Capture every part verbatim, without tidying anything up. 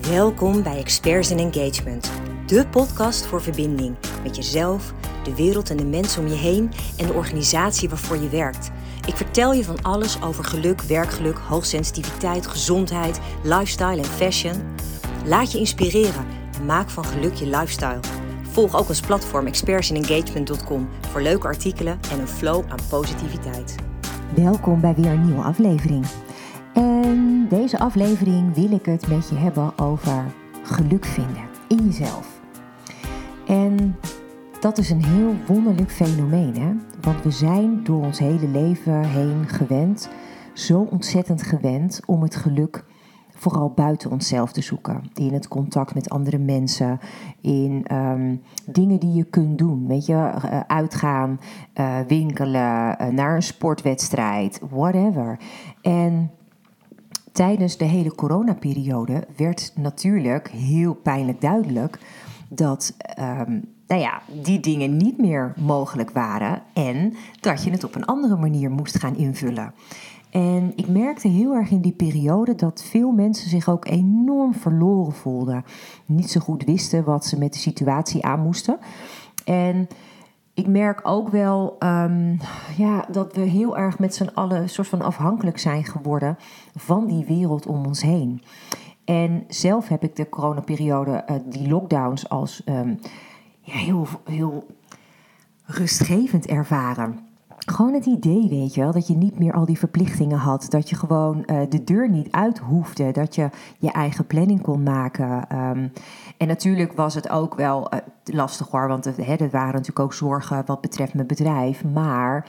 Welkom bij Experts in Engagement, de podcast voor verbinding met jezelf, de wereld en de mensen om je heen en de organisatie waarvoor je werkt. Ik vertel je van alles over geluk, werkgeluk, hoogsensitiviteit, gezondheid, lifestyle en fashion. Laat je inspireren en maak van geluk je lifestyle. Volg ook ons platform experts in engagement dot com voor leuke artikelen en een flow aan positiviteit. Welkom bij weer een nieuwe aflevering. En deze aflevering wil ik het met je hebben over geluk vinden in jezelf. En dat is een heel wonderlijk fenomeen, hè? Want we zijn door ons hele leven heen gewend, zo ontzettend gewend om het geluk vooral buiten onszelf te zoeken. In het contact met andere mensen, in um, dingen die je kunt doen. Weet je, uh, uitgaan, uh, winkelen, uh, naar een sportwedstrijd, whatever. En tijdens de hele coronaperiode werd natuurlijk heel pijnlijk duidelijk dat um, nou ja, die dingen niet meer mogelijk waren en dat je het op een andere manier moest gaan invullen. En ik merkte heel erg in die periode dat veel mensen zich ook enorm verloren voelden. Niet zo goed wisten wat ze met de situatie aan moesten. En ik merk ook wel um, ja, dat we heel erg met z'n allen een soort van afhankelijk zijn geworden van die wereld om ons heen. En zelf heb ik de coronaperiode, uh, die lockdowns, als um, ja, heel, heel rustgevend ervaren. Gewoon het idee, weet je wel, dat je niet meer al die verplichtingen had. Dat je gewoon uh, de deur niet uit hoefde. Dat je je eigen planning kon maken. Um, en natuurlijk was het ook wel uh, lastig hoor. Want uh, er waren natuurlijk ook zorgen wat betreft mijn bedrijf. Maar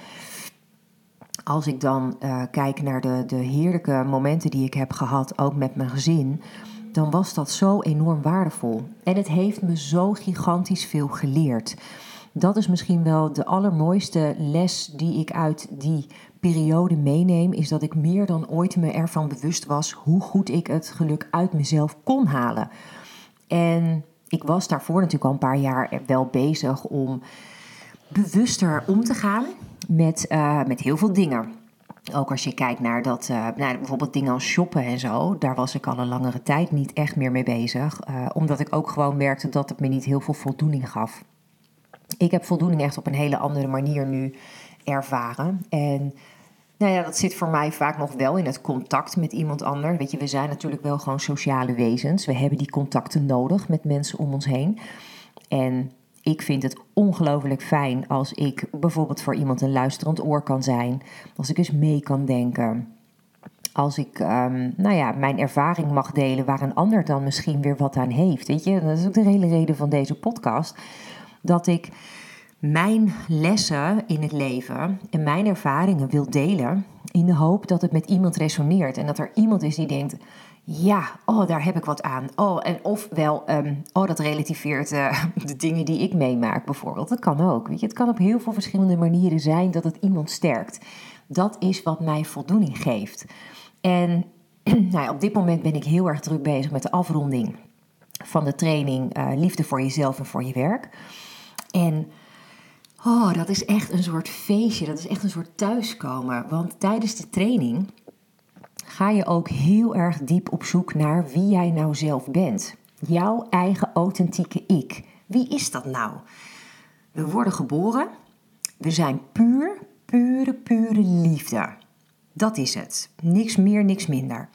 als ik dan uh, kijk naar de, de heerlijke momenten die ik heb gehad, ook met mijn gezin, dan was dat zo enorm waardevol. En het heeft me zo gigantisch veel geleerd. Dat is misschien wel de allermooiste les die ik uit die periode meeneem, is dat ik meer dan ooit me ervan bewust was hoe goed ik het geluk uit mezelf kon halen. En ik was daarvoor natuurlijk al een paar jaar wel bezig om bewuster om te gaan met, uh, met heel veel dingen. Ook als je kijkt naar dat, uh, nou, bijvoorbeeld dingen als shoppen en zo, daar was ik al een langere tijd niet echt meer mee bezig. Uh, omdat ik ook gewoon merkte dat het me niet heel veel voldoening gaf. Ik heb voldoening echt op een hele andere manier nu ervaren. En nou ja, dat zit voor mij vaak nog wel in het contact met iemand anders. Weet je, we zijn natuurlijk wel gewoon sociale wezens. We hebben die contacten nodig met mensen om ons heen. En ik vind het ongelooflijk fijn als ik bijvoorbeeld voor iemand een luisterend oor kan zijn. Als ik eens mee kan denken. Als ik um, nou ja, mijn ervaring mag delen waar een ander dan misschien weer wat aan heeft. Weet je, dat is ook de hele reden van deze podcast. Dat ik mijn lessen in het leven en mijn ervaringen wil delen in de hoop dat het met iemand resoneert. En dat er iemand is die denkt, ja, oh, daar heb ik wat aan. Oh, en ofwel, um, oh, dat relativeert uh, de dingen die ik meemaak bijvoorbeeld. Dat kan ook. Weet je? Het kan op heel veel verschillende manieren zijn dat het iemand sterkt. Dat is wat mij voldoening geeft. En nou ja, op dit moment ben ik heel erg druk bezig met de afronding van de training uh, Liefde voor jezelf en voor je werk. En oh, dat is echt een soort feestje, dat is echt een soort thuiskomen. Want tijdens de training ga je ook heel erg diep op zoek naar wie jij nou zelf bent. Jouw eigen authentieke ik. Wie is dat nou? We worden geboren, we zijn puur, pure, pure liefde. Dat is het. Niks meer, niks minder.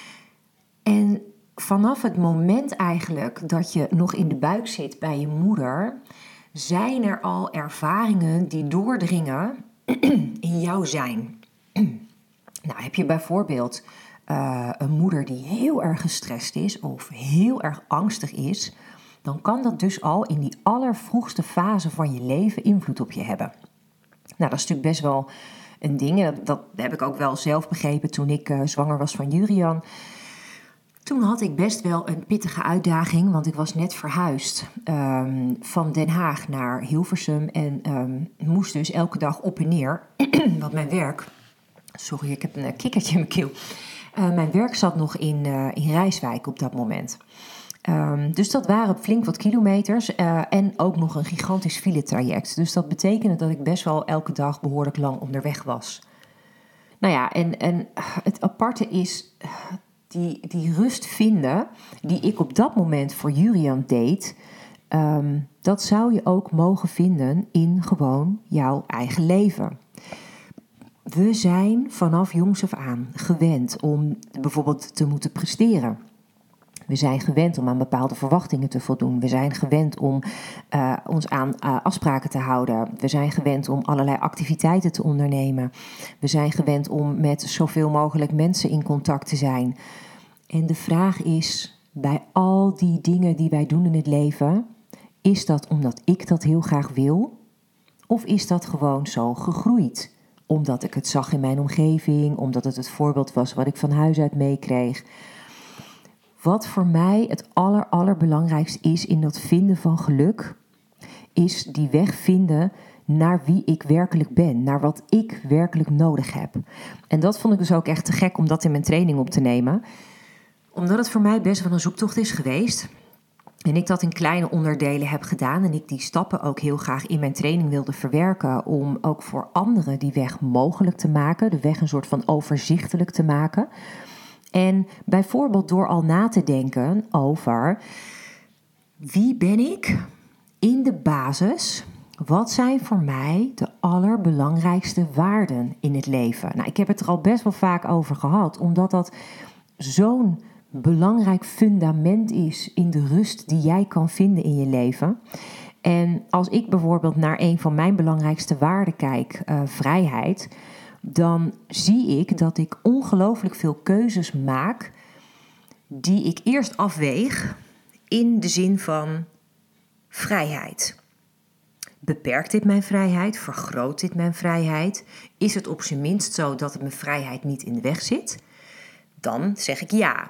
En vanaf het moment eigenlijk dat je nog in de buik zit bij je moeder, zijn er al ervaringen die doordringen in jouw zijn. Nou, heb je bijvoorbeeld uh, een moeder die heel erg gestrest is of heel erg angstig is, dan kan dat dus al in die allervroegste fase van je leven invloed op je hebben. Nou, dat is natuurlijk best wel een ding. Dat, dat heb ik ook wel zelf begrepen toen ik uh, zwanger was van Jurian. Toen had ik best wel een pittige uitdaging, want ik was net verhuisd um, van Den Haag naar Hilversum en um, moest dus elke dag op en neer. Want mijn werk, sorry, ik heb een kikkertje in mijn keel. Uh, mijn werk zat nog in, uh, in Rijswijk op dat moment. Um, dus dat waren flink wat kilometers uh, en ook nog een gigantisch filetraject. Dus dat betekende dat ik best wel elke dag behoorlijk lang onderweg was. Nou ja, en, en het aparte is, die, die rust vinden die ik op dat moment voor Jurian deed, um, dat zou je ook mogen vinden in gewoon jouw eigen leven. We zijn vanaf jongs af aan gewend om bijvoorbeeld te moeten presteren. We zijn gewend om aan bepaalde verwachtingen te voldoen. We zijn gewend om uh, ons aan uh, afspraken te houden. We zijn gewend om allerlei activiteiten te ondernemen. We zijn gewend om met zoveel mogelijk mensen in contact te zijn. En de vraag is, bij al die dingen die wij doen in het leven, is dat omdat ik dat heel graag wil? Of is dat gewoon zo gegroeid? Omdat ik het zag in mijn omgeving, omdat het het voorbeeld was wat ik van huis uit meekreeg. Wat voor mij het aller, allerbelangrijkste is in dat vinden van geluk, is die weg vinden naar wie ik werkelijk ben, naar wat ik werkelijk nodig heb. En dat vond ik dus ook echt te gek om dat in mijn training op te nemen, omdat het voor mij best wel een zoektocht is geweest. En ik dat in kleine onderdelen heb gedaan en ik die stappen ook heel graag in mijn training wilde verwerken om ook voor anderen die weg mogelijk te maken, de weg een soort van overzichtelijk te maken. En bijvoorbeeld door al na te denken over wie ben ik in de basis, wat zijn voor mij de allerbelangrijkste waarden in het leven. Nou, ik heb het er al best wel vaak over gehad, omdat dat zo'n belangrijk fundament is in de rust die jij kan vinden in je leven. En als ik bijvoorbeeld naar een van mijn belangrijkste waarden kijk, uh, vrijheid, dan zie ik dat ik ongelooflijk veel keuzes maak die ik eerst afweeg in de zin van vrijheid. Beperkt dit mijn vrijheid? Vergroot dit mijn vrijheid? Is het op zijn minst zo dat het mijn vrijheid niet in de weg zit? Dan zeg ik ja.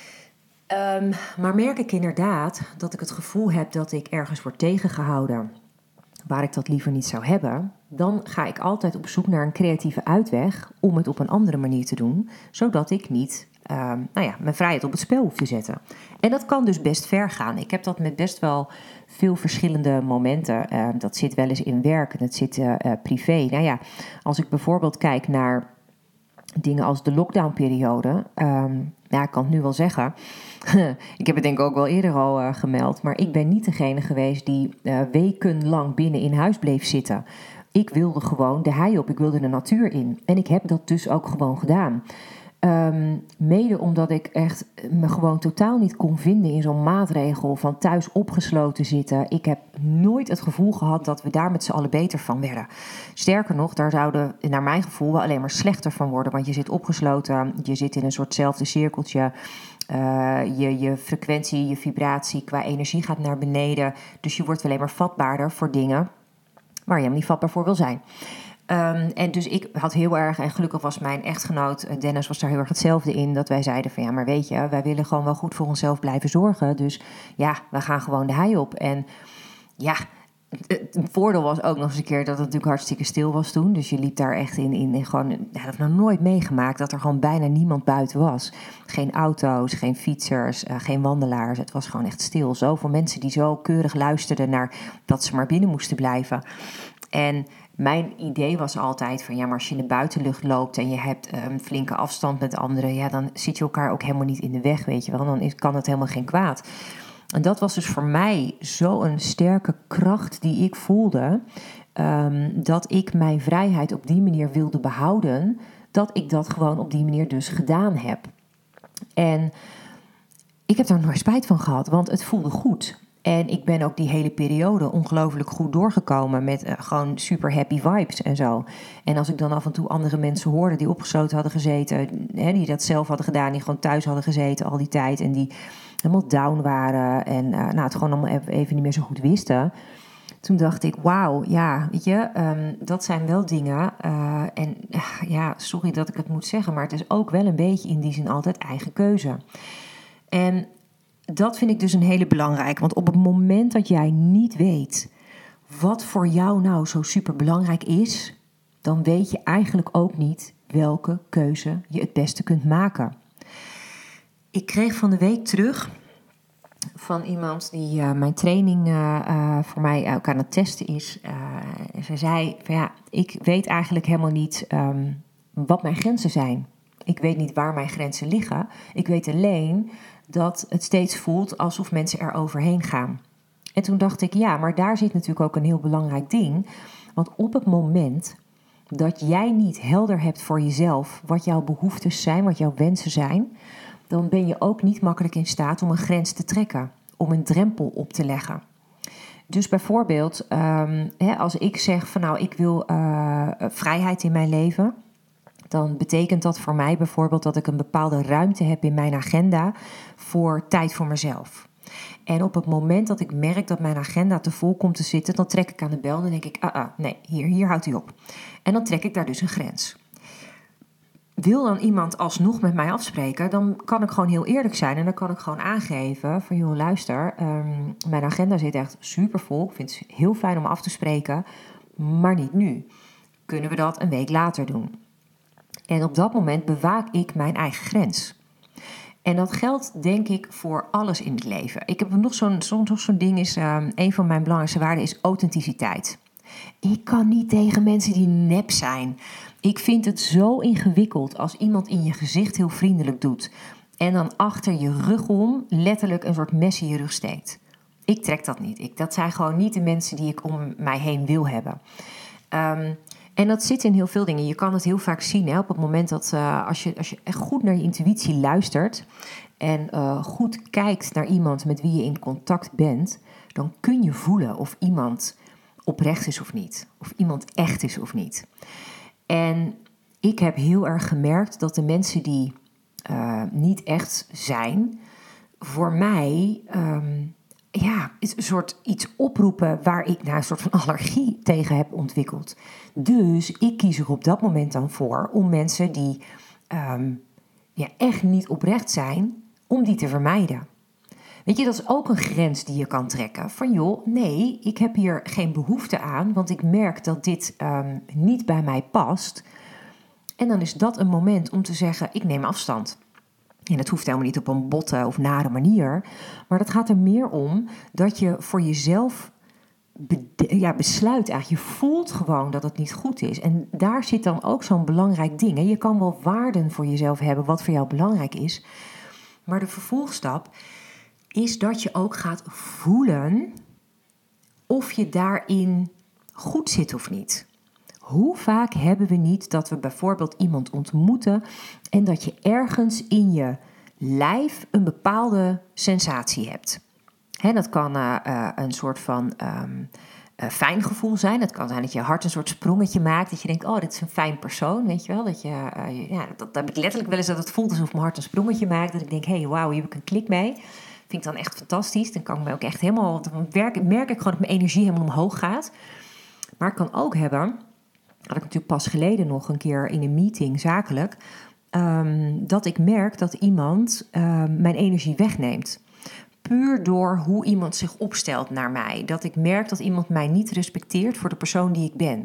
Um, maar merk ik inderdaad dat ik het gevoel heb dat ik ergens word tegengehouden waar ik dat liever niet zou hebben, dan ga ik altijd op zoek naar een creatieve uitweg om het op een andere manier te doen, zodat ik niet uh, nou ja, mijn vrijheid op het spel hoef te zetten. En dat kan dus best ver gaan. Ik heb dat met best wel veel verschillende momenten. Uh, dat zit wel eens in werk en dat zit uh, uh, privé. Nou ja, als ik bijvoorbeeld kijk naar dingen als de lockdownperiode. Um, nou, ik kan het nu wel zeggen. Ik heb het denk ik ook wel eerder al uh, gemeld. Maar ik ben niet degene geweest die uh, wekenlang binnen in huis bleef zitten. Ik wilde gewoon de hei op. Ik wilde de natuur in. En ik heb dat dus ook gewoon gedaan. Um, mede omdat ik echt me gewoon totaal niet kon vinden in zo'n maatregel van thuis opgesloten zitten. Ik heb nooit het gevoel gehad dat we daar met z'n allen beter van werden. Sterker nog, daar zouden naar mijn gevoel wel alleen maar slechter van worden. Want je zit opgesloten, je zit in een soortzelfde cirkeltje. Uh, je, je frequentie, je vibratie qua energie gaat naar beneden. Dus je wordt alleen maar vatbaarder voor dingen waar je helemaal niet vatbaar voor wil zijn. Um, en dus ik had heel erg, en gelukkig was mijn echtgenoot Dennis was daar heel erg hetzelfde in, dat wij zeiden van ja, maar weet je, wij willen gewoon wel goed voor onszelf blijven zorgen. Dus ja, we gaan gewoon de hei op. En ja, het voordeel was ook nog eens een keer dat het natuurlijk hartstikke stil was toen. Dus je liep daar echt in, in, in gewoon, ja, dat heb ik nog nooit meegemaakt, dat er gewoon bijna niemand buiten was. Geen auto's, geen fietsers, uh, geen wandelaars. Het was gewoon echt stil. Zoveel mensen die zo keurig luisterden naar dat ze maar binnen moesten blijven. En mijn idee was altijd van ja, maar als je in de buitenlucht loopt en je hebt een um, flinke afstand met anderen, ja, dan zit je elkaar ook helemaal niet in de weg, weet je wel. Dan is, kan het helemaal geen kwaad. En dat was dus voor mij zo'n sterke kracht die ik voelde, um, dat ik mijn vrijheid op die manier wilde behouden, dat ik dat gewoon op die manier dus gedaan heb. En ik heb daar nooit spijt van gehad, want het voelde goed. En ik ben ook die hele periode ongelooflijk goed doorgekomen met uh, gewoon super happy vibes en zo. En als ik dan af en toe andere mensen hoorde die opgesloten hadden gezeten, hè, die dat zelf hadden gedaan, die gewoon thuis hadden gezeten al die tijd en die helemaal down waren en uh, nou, het gewoon allemaal even niet meer zo goed wisten. Toen dacht ik, wauw, ja, weet je, um, dat zijn wel dingen. Uh, en uh, ja, sorry dat ik het moet zeggen, maar het is ook wel een beetje in die zin altijd eigen keuze. En dat vind ik dus een hele belangrijke. Want op het moment dat jij niet weet wat voor jou nou zo super belangrijk is, dan weet je eigenlijk ook niet welke keuze je het beste kunt maken. Ik kreeg van de week terug van iemand die uh, mijn training uh, uh, voor mij ook aan het testen is. Uh, ze zei van ja, ik weet eigenlijk helemaal niet um, wat mijn grenzen zijn. Ik weet niet waar mijn grenzen liggen. Ik weet alleen dat het steeds voelt alsof mensen er overheen gaan. En toen dacht ik, ja, maar daar zit natuurlijk ook een heel belangrijk ding. Want op het moment dat jij niet helder hebt voor jezelf wat jouw behoeftes zijn, wat jouw wensen zijn, dan ben je ook niet makkelijk in staat om een grens te trekken, om een drempel op te leggen. Dus bijvoorbeeld, um, hè, als ik zeg van nou, ik wil uh, vrijheid in mijn leven, dan betekent dat voor mij bijvoorbeeld dat ik een bepaalde ruimte heb in mijn agenda voor tijd voor mezelf. En op het moment dat ik merk dat mijn agenda te vol komt te zitten, dan trek ik aan de bel en dan denk ik, ah, ah nee, hier, hier houdt hij op. En dan trek ik daar dus een grens. Wil dan iemand alsnog met mij afspreken, dan kan ik gewoon heel eerlijk zijn. En dan kan ik gewoon aangeven van, joh, luister, um, mijn agenda zit echt super vol. Ik vind het heel fijn om af te spreken, maar niet nu. Kunnen we dat een week later doen? En op dat moment bewaak ik mijn eigen grens. En dat geldt denk ik voor alles in het leven. Ik heb nog zo'n, zo'n, zo'n ding, is um, een van mijn belangrijkste waarden is authenticiteit. Ik kan niet tegen mensen die nep zijn. Ik vind het zo ingewikkeld als iemand in je gezicht heel vriendelijk doet en dan achter je rug om letterlijk een soort mes in je rug steekt. Ik trek dat niet. Ik, dat zijn gewoon niet de mensen die ik om mij heen wil hebben. Um, en dat zit in heel veel dingen. Je kan het heel vaak zien, hè, op het moment dat uh, als je, als je echt goed naar je intuïtie luistert en uh, goed kijkt naar iemand met wie je in contact bent, dan kun je voelen of iemand oprecht is of niet. Of iemand echt is of niet. En ik heb heel erg gemerkt dat de mensen die uh, niet echt zijn, voor mij um, ja, een soort iets oproepen waar ik nou, een soort van allergie tegen heb ontwikkeld. Dus ik kies er op dat moment dan voor om mensen die um, ja, echt niet oprecht zijn, om die te vermijden. Weet je, dat is ook een grens die je kan trekken. Van joh, nee, ik heb hier geen behoefte aan, want ik merk dat dit um, niet bij mij past. En dan is dat een moment om te zeggen, ik neem afstand. En dat hoeft helemaal niet op een botte of nare manier. Maar dat gaat er meer om dat je voor jezelf be- ja, besluit eigenlijk. Je voelt gewoon dat het niet goed is. En daar zit dan ook zo'n belangrijk ding. Hè. Je kan wel waarden voor jezelf hebben wat voor jou belangrijk is. Maar de vervolgstap is dat je ook gaat voelen of je daarin goed zit of niet. Hoe vaak hebben we niet dat we bijvoorbeeld iemand ontmoeten en dat je ergens in je lijf een bepaalde sensatie hebt. Hè, dat kan uh, uh, een soort van um, uh, fijn gevoel zijn. Het kan zijn dat je hart een soort sprongetje maakt. Dat je denkt, oh, dit is een fijn persoon, weet je wel. Dat je, uh, ja, dat, dat heb ik letterlijk wel eens dat het voelt alsof mijn hart een sprongetje maakt. Dat ik denk, hé, hey, wauw, hier heb ik een klik mee. Vind ik dan echt fantastisch. Dan kan ik me ook echt helemaal, dan merk, merk ik gewoon dat mijn energie helemaal omhoog gaat. Maar ik kan ook hebben, had ik natuurlijk pas geleden nog een keer in een meeting zakelijk, um, dat ik merk dat iemand um, mijn energie wegneemt. Puur door hoe iemand zich opstelt naar mij. Dat ik merk dat iemand mij niet respecteert voor de persoon die ik ben.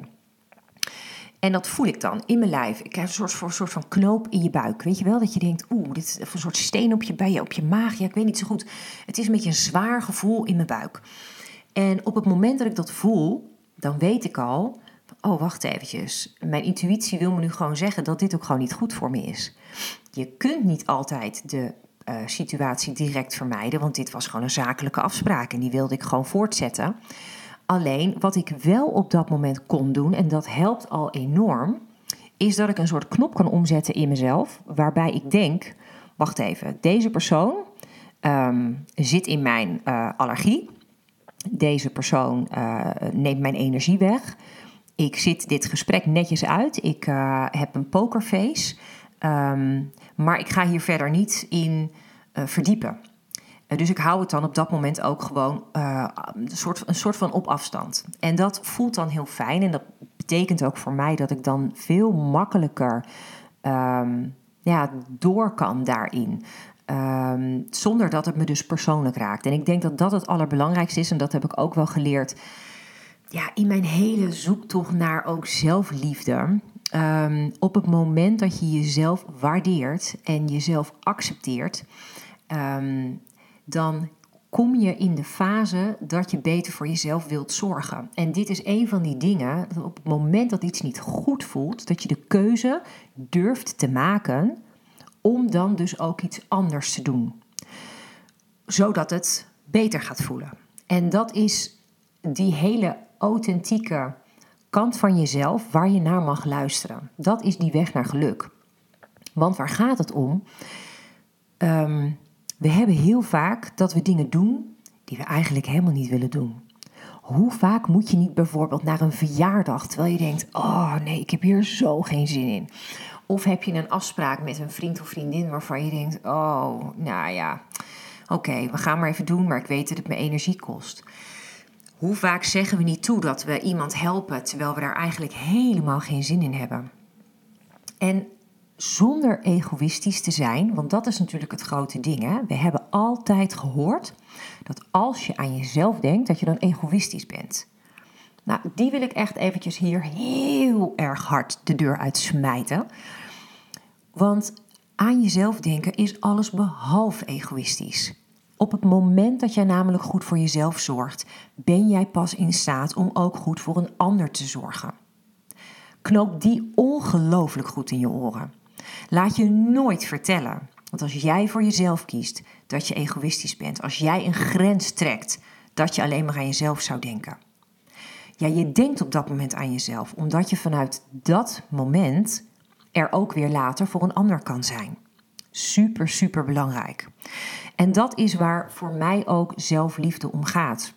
En dat voel ik dan in mijn lijf. Ik krijg een soort, een soort van knoop in je buik. Weet je wel? Dat je denkt, oeh, dit is een soort steen op je, bij je, op je maag. Ja, ik weet niet zo goed. Het is een beetje een zwaar gevoel in mijn buik. En op het moment dat ik dat voel, dan weet ik al, oh, wacht eventjes. Mijn intuïtie wil me nu gewoon zeggen dat dit ook gewoon niet goed voor me is. Je kunt niet altijd de uh, situatie direct vermijden, want dit was gewoon een zakelijke afspraak en die wilde ik gewoon voortzetten. Alleen, wat ik wel op dat moment kon doen, en dat helpt al enorm, is dat ik een soort knop kan omzetten in mezelf, waarbij ik denk, wacht even, deze persoon um, zit in mijn uh, allergie. Deze persoon uh, neemt mijn energie weg. Ik zit dit gesprek netjes uit. Ik uh, heb een pokerface. Um, maar ik ga hier verder niet in uh, verdiepen. Uh, dus ik hou het dan op dat moment ook gewoon uh, een, soort, een soort van op afstand. En dat voelt dan heel fijn. En dat betekent ook voor mij dat ik dan veel makkelijker um, ja, door kan daarin. Um, zonder dat het me dus persoonlijk raakt. En ik denk dat dat het allerbelangrijkste is. En dat heb ik ook wel geleerd. Ja, in mijn hele zoektocht naar ook zelfliefde. Um, op het moment dat je jezelf waardeert en jezelf accepteert, um, dan kom je in de fase dat je beter voor jezelf wilt zorgen. En dit is een van die dingen, dat op het moment dat iets niet goed voelt, dat je de keuze durft te maken om dan dus ook iets anders te doen. Zodat het beter gaat voelen. En dat is die hele authentieke kant van jezelf waar je naar mag luisteren. Dat is die weg naar geluk. Want waar gaat het om? Um, we hebben heel vaak dat we dingen doen die we eigenlijk helemaal niet willen doen. Hoe vaak moet je niet bijvoorbeeld naar een verjaardag terwijl je denkt, oh nee, ik heb hier zo geen zin in. Of heb je een afspraak met een vriend of vriendin waarvan je denkt, oh, nou ja, oké, okay, we gaan maar even doen, maar ik weet dat het me energie kost. Hoe vaak zeggen we niet toe dat we iemand helpen terwijl we daar eigenlijk helemaal geen zin in hebben? En zonder egoïstisch te zijn, want dat is natuurlijk het grote ding. Hè? We hebben altijd gehoord dat als je aan jezelf denkt, dat je dan egoïstisch bent. Nou, die wil ik echt eventjes hier heel erg hard de deur uit smijten. Want aan jezelf denken is alles behalve egoïstisch. Op het moment dat jij namelijk goed voor jezelf zorgt, ben jij pas in staat om ook goed voor een ander te zorgen. Knoop die ongelooflijk goed in je oren. Laat je nooit vertellen, want als jij voor jezelf kiest, dat je egoïstisch bent. Als jij een grens trekt, dat je alleen maar aan jezelf zou denken. Ja, je denkt op dat moment aan jezelf, omdat je vanuit dat moment er ook weer later voor een ander kan zijn. Super, super belangrijk. En dat is waar voor mij ook zelfliefde om gaat.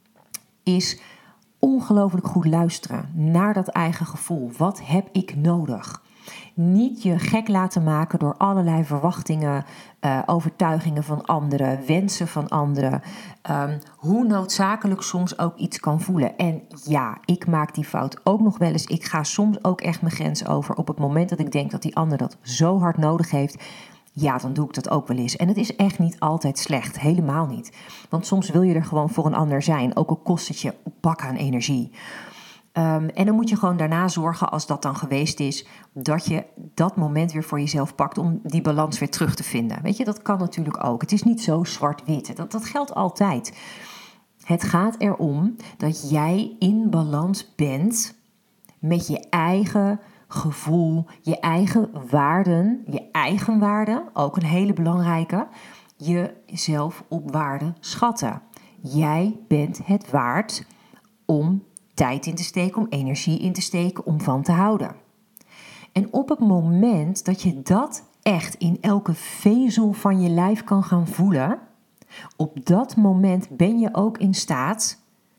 Is ongelooflijk goed luisteren naar dat eigen gevoel. Wat heb ik nodig? Niet je gek laten maken door allerlei verwachtingen, uh, overtuigingen van anderen, wensen van anderen. Um, hoe noodzakelijk soms ook iets kan voelen. En ja, ik maak die fout ook nog wel eens. Ik ga soms ook echt mijn grens over op het moment dat ik denk dat die ander dat zo hard nodig heeft. Ja, dan doe ik dat ook wel eens. En het is echt niet altijd slecht, helemaal niet. Want soms wil je er gewoon voor een ander zijn, ook al kost het je bak aan energie. Um, en dan moet je gewoon daarna zorgen, als dat dan geweest is, dat je dat moment weer voor jezelf pakt om die balans weer terug te vinden. Weet je, dat kan natuurlijk ook. Het is niet zo zwart-wit. Dat, dat geldt altijd. Het gaat erom dat jij in balans bent met je eigen gevoel, je eigen waarden, je eigen waarden, ook een hele belangrijke, jezelf op waarde schatten. Jij bent het waard om tijd in te steken, om energie in te steken, om van te houden. En op het moment dat je dat echt in elke vezel van je lijf kan gaan voelen, op dat moment ben je ook in staat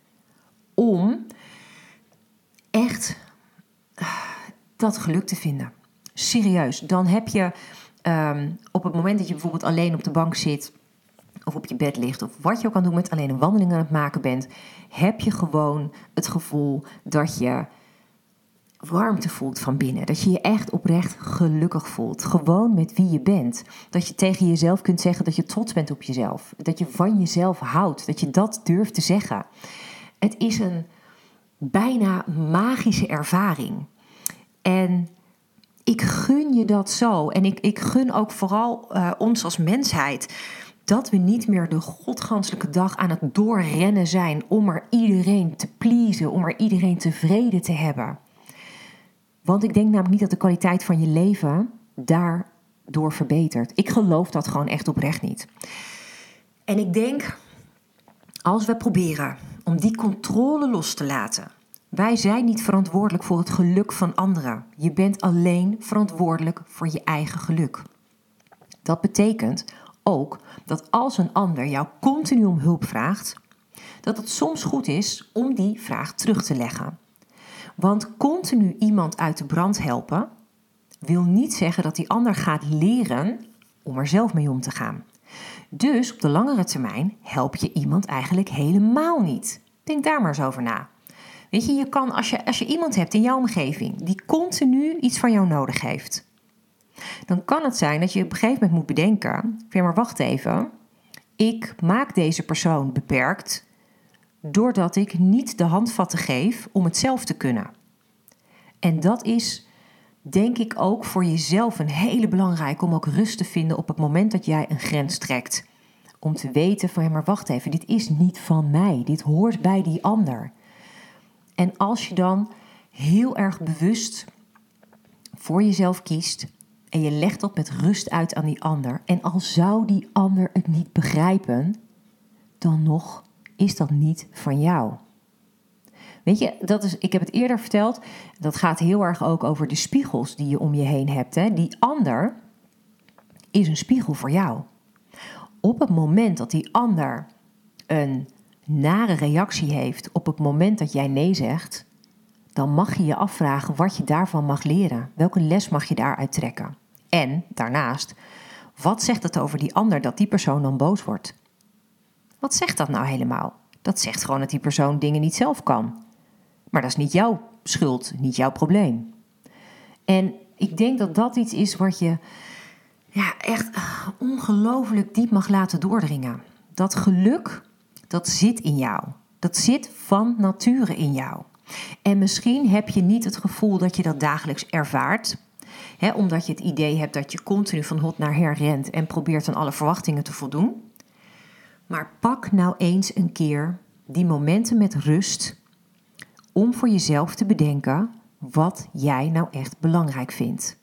om echt dat geluk te vinden. Serieus, dan heb je um, op het moment dat je bijvoorbeeld alleen op de bank zit of op je bed ligt, of wat je ook kan doen met alleen een wandeling aan het maken bent, heb je gewoon het gevoel dat je warmte voelt van binnen. Dat je je echt oprecht gelukkig voelt. Gewoon met wie je bent. Dat je tegen jezelf kunt zeggen dat je trots bent op jezelf. Dat je van jezelf houdt. Dat je dat durft te zeggen. Het is een bijna magische ervaring. En ik gun je dat zo. En ik, ik gun ook vooral uh, ons als mensheid dat we niet meer de godganselijke dag aan het doorrennen zijn om er iedereen te pleasen, om er iedereen tevreden te hebben. Want ik denk namelijk niet dat de kwaliteit van je leven daardoor verbetert. Ik geloof dat gewoon echt oprecht niet. En ik denk, als we proberen om die controle los te laten. Wij zijn niet verantwoordelijk voor het geluk van anderen. Je bent alleen verantwoordelijk voor je eigen geluk. Dat betekent ook dat als een ander jou continu om hulp vraagt, dat het soms goed is om die vraag terug te leggen. Want continu iemand uit de brand helpen wil niet zeggen dat die ander gaat leren om er zelf mee om te gaan. Dus op de langere termijn help je iemand eigenlijk helemaal niet. Denk daar maar eens over na. Weet je, je kan als je, als je iemand hebt in jouw omgeving die continu iets van jou nodig heeft, dan kan het zijn dat je op een gegeven moment moet bedenken, ja, maar wacht even, ik maak deze persoon beperkt doordat ik niet de handvatten geef om het zelf te kunnen. En dat is, denk ik, ook voor jezelf een hele belangrijke om ook rust te vinden op het moment dat jij een grens trekt. Om te weten van, ja, maar wacht even, dit is niet van mij, dit hoort bij die ander. En als je dan heel erg bewust voor jezelf kiest en je legt dat met rust uit aan die ander. En al zou die ander het niet begrijpen, dan nog is dat niet van jou. Weet je, dat is, ik heb het eerder verteld, dat gaat heel erg ook over de spiegels die je om je heen hebt. Hè. Die ander is een spiegel voor jou. Op het moment dat die ander een nare reactie heeft, op het moment dat jij nee zegt, dan mag je je afvragen wat je daarvan mag leren. Welke les mag je daaruit trekken? En daarnaast, wat zegt het over die ander dat die persoon dan boos wordt? Wat zegt dat nou helemaal? Dat zegt gewoon dat die persoon dingen niet zelf kan. Maar dat is niet jouw schuld, niet jouw probleem. En ik denk dat dat iets is wat je ja, echt ongelooflijk diep mag laten doordringen. Dat geluk, dat zit in jou. Dat zit van nature in jou. En misschien heb je niet het gevoel dat je dat dagelijks ervaart. Hè, omdat je het idee hebt dat je continu van hot naar her rent en probeert aan alle verwachtingen te voldoen. Maar pak nou eens een keer die momenten met rust om voor jezelf te bedenken wat jij nou echt belangrijk vindt.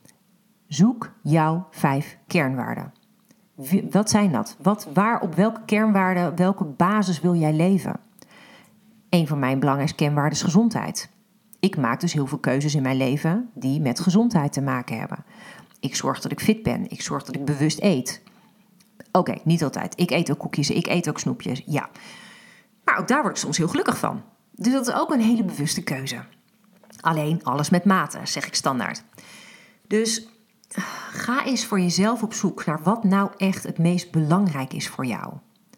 Zoek jouw vijf kernwaarden. Wat zijn dat? Wat, waar, op welke kernwaarden, op welke basis wil jij leven? Een van mijn belangrijkste kernwaarden is gezondheid. Ik maak dus heel veel keuzes in mijn leven die met gezondheid te maken hebben. Ik zorg dat ik fit ben. Ik zorg dat ik bewust eet. Oké, okay, niet altijd. Ik eet ook koekjes, ik eet ook snoepjes, ja. Maar ook daar word ik soms heel gelukkig van. Dus dat is ook een hele bewuste keuze. Alleen alles met mate, zeg ik standaard. Dus ga eens voor jezelf op zoek naar wat nou echt het meest belangrijk is voor jou.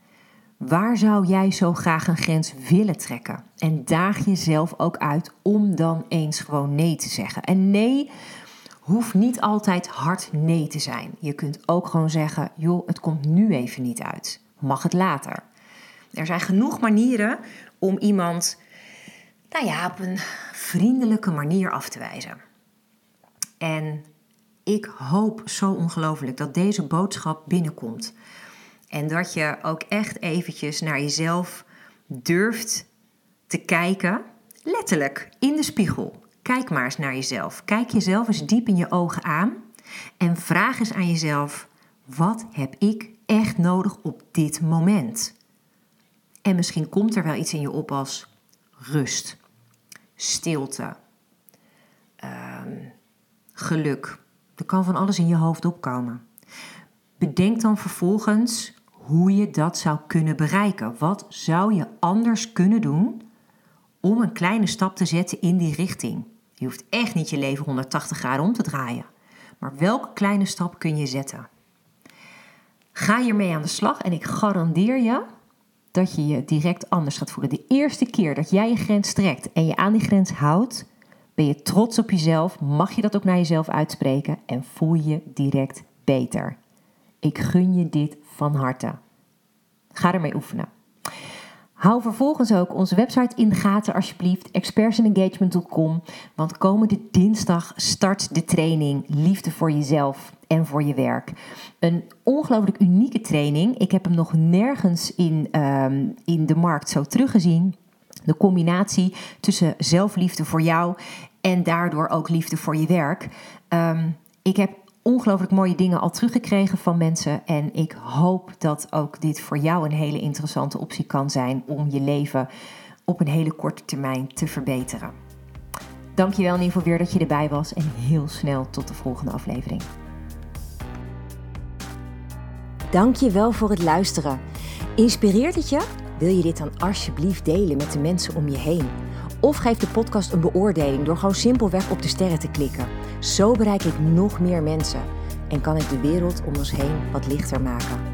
Waar zou jij zo graag een grens willen trekken? En daag jezelf ook uit om dan eens gewoon nee te zeggen. En nee hoeft niet altijd hard nee te zijn. Je kunt ook gewoon zeggen, joh, het komt nu even niet uit. Mag het later? Er zijn genoeg manieren om iemand, nou ja, op een vriendelijke manier af te wijzen. En ik hoop zo ongelooflijk dat deze boodschap binnenkomt. En dat je ook echt eventjes naar jezelf durft te kijken. Letterlijk, in de spiegel. Kijk maar eens naar jezelf. Kijk jezelf eens diep in je ogen aan. En vraag eens aan jezelf, wat heb ik echt nodig op dit moment? En misschien komt er wel iets in je op als rust, stilte, um, geluk. Er kan van alles in je hoofd opkomen. Bedenk dan vervolgens hoe je dat zou kunnen bereiken. Wat zou je anders kunnen doen om een kleine stap te zetten in die richting? Je hoeft echt niet je leven honderdtachtig graden om te draaien. Maar welke kleine stap kun je zetten? Ga hiermee aan de slag en ik garandeer je dat je je direct anders gaat voelen. De eerste keer dat jij je grens trekt en je aan die grens houdt, ben je trots op jezelf, mag je dat ook naar jezelf uitspreken en voel je direct beter. Ik gun je dit van harte. Ga ermee oefenen. Hou vervolgens ook onze website in de gaten alsjeblieft, experts in engagement dot com. Want komende dinsdag start de training Liefde voor jezelf en voor je werk. Een ongelooflijk unieke training. Ik heb hem nog nergens in, um, in de markt zo teruggezien. De combinatie tussen zelfliefde voor jou en daardoor ook liefde voor je werk. Um, ik heb ongelooflijk mooie dingen al teruggekregen van mensen. En ik hoop dat ook dit voor jou een hele interessante optie kan zijn om je leven op een hele korte termijn te verbeteren. Dankjewel in ieder geval weer dat je erbij was en heel snel tot de volgende aflevering. Dankjewel voor het luisteren. Inspireert het je? Wil je dit dan alsjeblieft delen met de mensen om je heen? Of geef de podcast een beoordeling door gewoon simpelweg op de sterren te klikken. Zo bereik ik nog meer mensen en kan ik de wereld om ons heen wat lichter maken.